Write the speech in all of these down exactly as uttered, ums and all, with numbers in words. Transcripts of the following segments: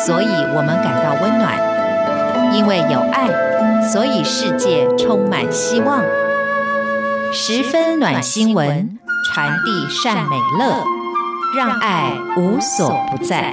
所以我们感到温暖；因为有爱，所以世界充满希望。十分暖新闻，传递善美乐，让爱无所不在。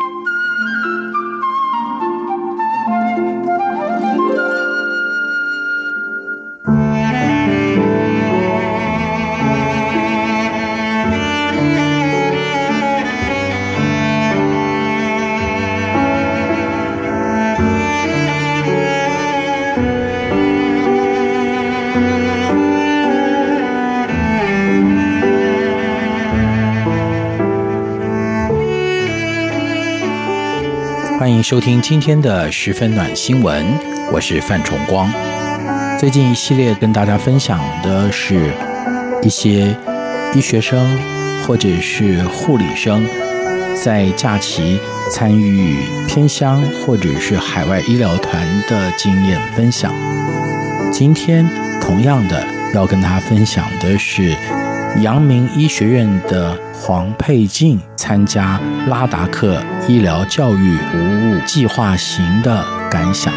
欢迎收听今天的十分暖新闻，我是范崇光。最近一系列跟大家分享的是一些医学生或者是护理生在假期参与偏乡或者是海外医疗团的经验分享。今天同样的要跟大家分享的是阳明医学院的黄佩静参加拉达克医疗教育服务计划行的感想。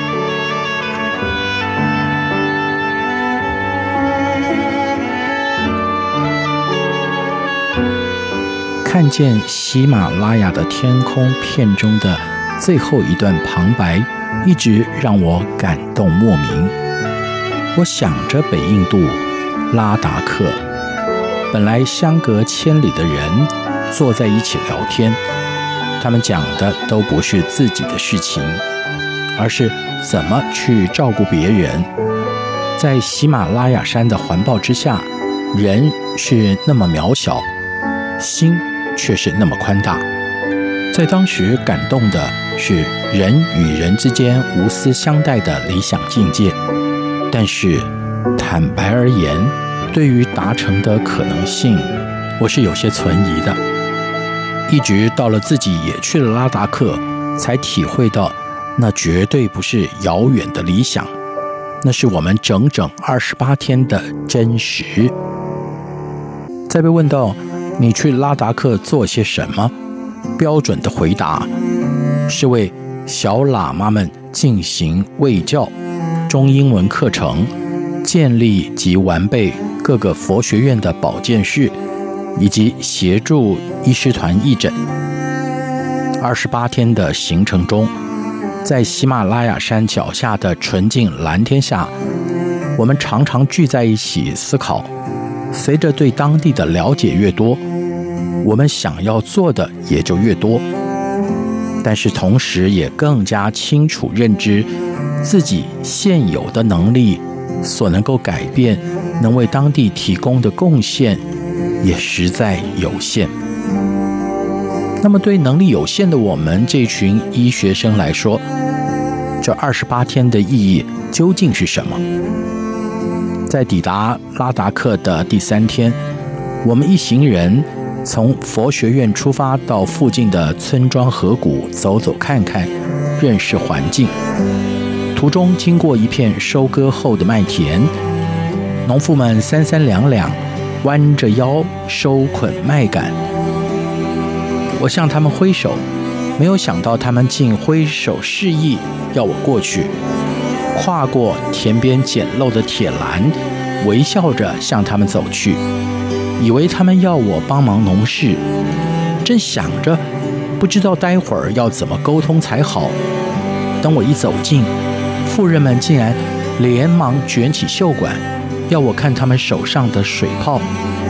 看见喜马拉雅的天空片中的最后一段旁白，一直让我感动莫名。我想着北印度拉达克，本来相隔千里的人坐在一起聊天，他们讲的都不是自己的事情，而是怎么去照顾别人。在喜马拉雅山的环抱之下，人是那么渺小，心却是那么宽大。在当时感动的是人与人之间无私相待的理想境界，但是坦白而言，对于达成的可能性，我是有些存疑的。一直到了自己也去了拉达克，才体会到那绝对不是遥远的理想，那是我们整整二十八天的真实。在被问到你去拉达克做些什么，标准的回答是为小喇嘛们进行卫教、中英文课程，建立及完备各个佛学院的保健室，以及协助医师团义诊。二十八天的行程中，在喜马拉雅山脚下的纯净蓝天下，我们常常聚在一起思考。随着对当地的了解越多，我们想要做的也就越多，但是同时也更加清楚认知自己现有的能力所能够改变、能为当地提供的贡献也实在有限。那么对能力有限的我们这群医学生来说，这二十八天的意义究竟是什么？在抵达拉达克的第三天，我们一行人从佛学院出发，到附近的村庄河谷走走看看，认识环境。途中经过一片收割后的麦田，农妇们三三两两弯着腰收捆麦秆。我向他们挥手，没有想到他们竟挥手示意要我过去，跨过田边简陋的铁栏，微笑着向他们走去，以为他们要我帮忙农事。正想着不知道待会儿要怎么沟通才好，等我一走近，妇人们竟然连忙卷起袖管，要我看他们手上的水泡。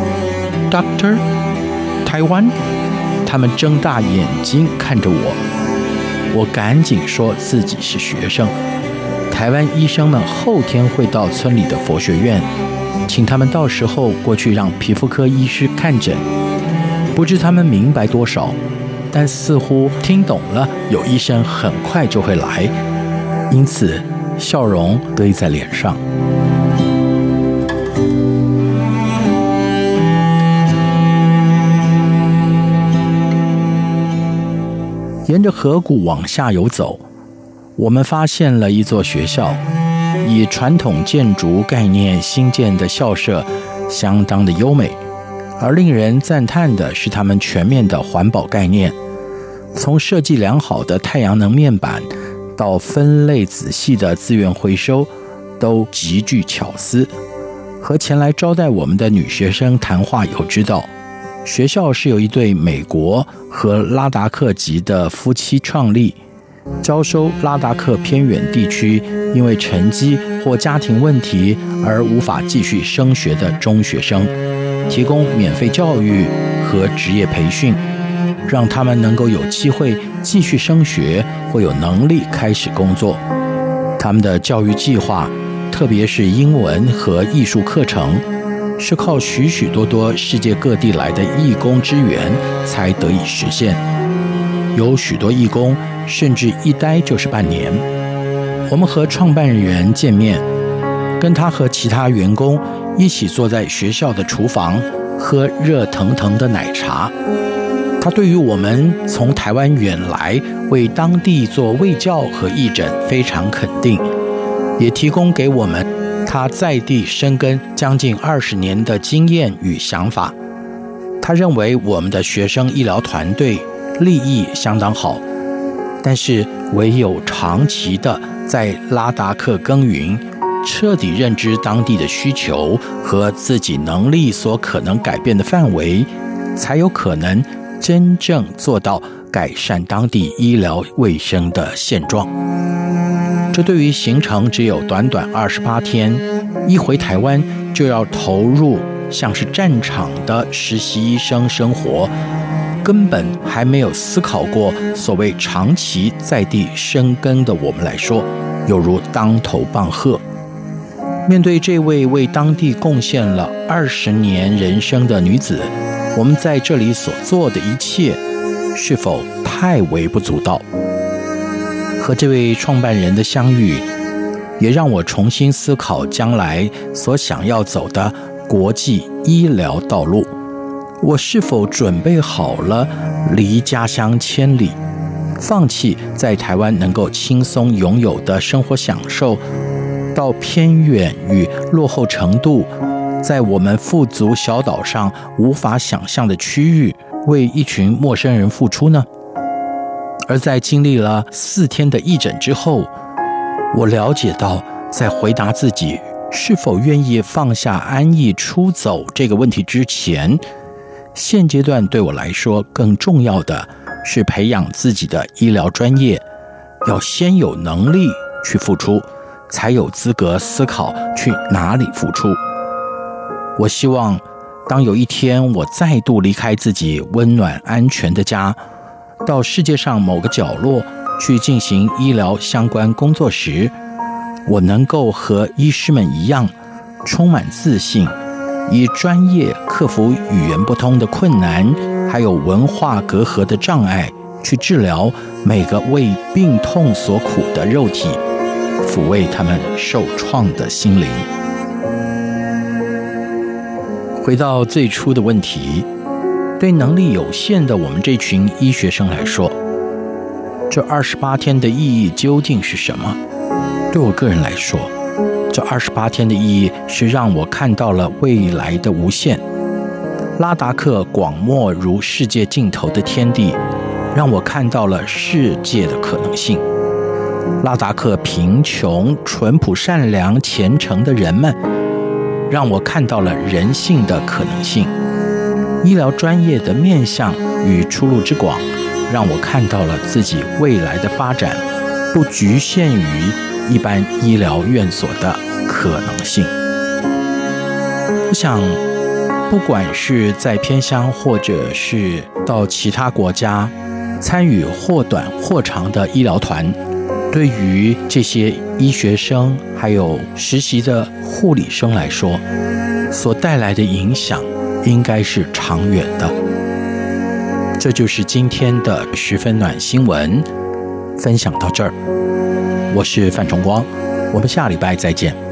Doctor Taiwan， 他们睁大眼睛看着我，我赶紧说自己是学生，台湾医生们后天会到村里的佛学院，请他们到时候过去让皮肤科医师看诊。不知他们明白多少，但似乎听懂了有医生很快就会来，因此笑容堆在脸上。沿着河谷往下游走，我们发现了一座学校，以传统建筑概念兴建的校舍相当的优美，而令人赞叹的是他们全面的环保概念。 从设计良好的太阳能面板到分类仔细的资源回收，都极具巧思。和前来招待我们的女学生谈话以后知道，学校是由一对美国和拉达克籍的夫妻创立，招收拉达克偏远地区因为成绩或家庭问题而无法继续升学的中学生，提供免费教育和职业培训，让他们能够有机会继续升学或有能力开始工作。他们的教育计划，特别是英文和艺术课程，是靠许许多多世界各地来的义工支援才得以实现。有许多义工甚至一待就是半年。我们和创办人见面，跟他和其他员工一起坐在学校的厨房，喝热腾腾的奶茶。他对于我们从台湾远来为当地做卫教和义诊非常肯定，也提供给我们他在地深耕将近二十年的经验与想法。他认为我们的学生医疗团队立意相当好，但是唯有长期的在拉达克耕耘，彻底认知当地的需求和自己能力所可能改变的范围，才有可能真正做到改善当地医疗卫生的现状。这对于行程只有短短二十八天，一回台湾就要投入像是战场的实习医生生活，根本还没有思考过所谓长期在地生根的我们来说，有如当头棒喝。面对这位为当地贡献了二十年人生的女子，我们在这里所做的一切，是否太微不足道？和这位创办人的相遇，也让我重新思考将来所想要走的国际医疗道路。我是否准备好了离家乡千里，放弃在台湾能够轻松拥有的生活享受，到偏远与落后程度，在我们富足小岛上无法想象的区域，为一群陌生人付出呢？而在经历了四天的义诊之后，我了解到，在回答自己是否愿意放下安逸出走这个问题之前，现阶段对我来说更重要的是培养自己的医疗专业，要先有能力去付出，才有资格思考去哪里付出。我希望当有一天我再度离开自己温暖安全的家，到世界上某个角落去进行医疗相关工作时，我能够和医师们一样，充满自信，以专业克服语言不通的困难，还有文化隔阂的障碍，去治疗每个为病痛所苦的肉体，抚慰他们受创的心灵。回到最初的问题，对能力有限的我们这群医学生来说，这二十八天的意义究竟是什么？对我个人来说，这二十八天的意义是让我看到了未来的无限。拉达克广袤如世界尽头的天地，让我看到了世界的可能性。拉达克贫穷、淳朴、善良、虔诚的人们，让我看到了人性的可能性。医疗专业的面向与出路之广，让我看到了自己未来的发展不局限于一般医疗院所的可能性。我想，不管是在偏乡或者是到其他国家参与或短或长的医疗团，对于这些医学生还有实习的护理生来说，所带来的影响应该是长远的。这就是今天的十分暖新闻，分享到这儿。我是范崇光，我们下礼拜再见。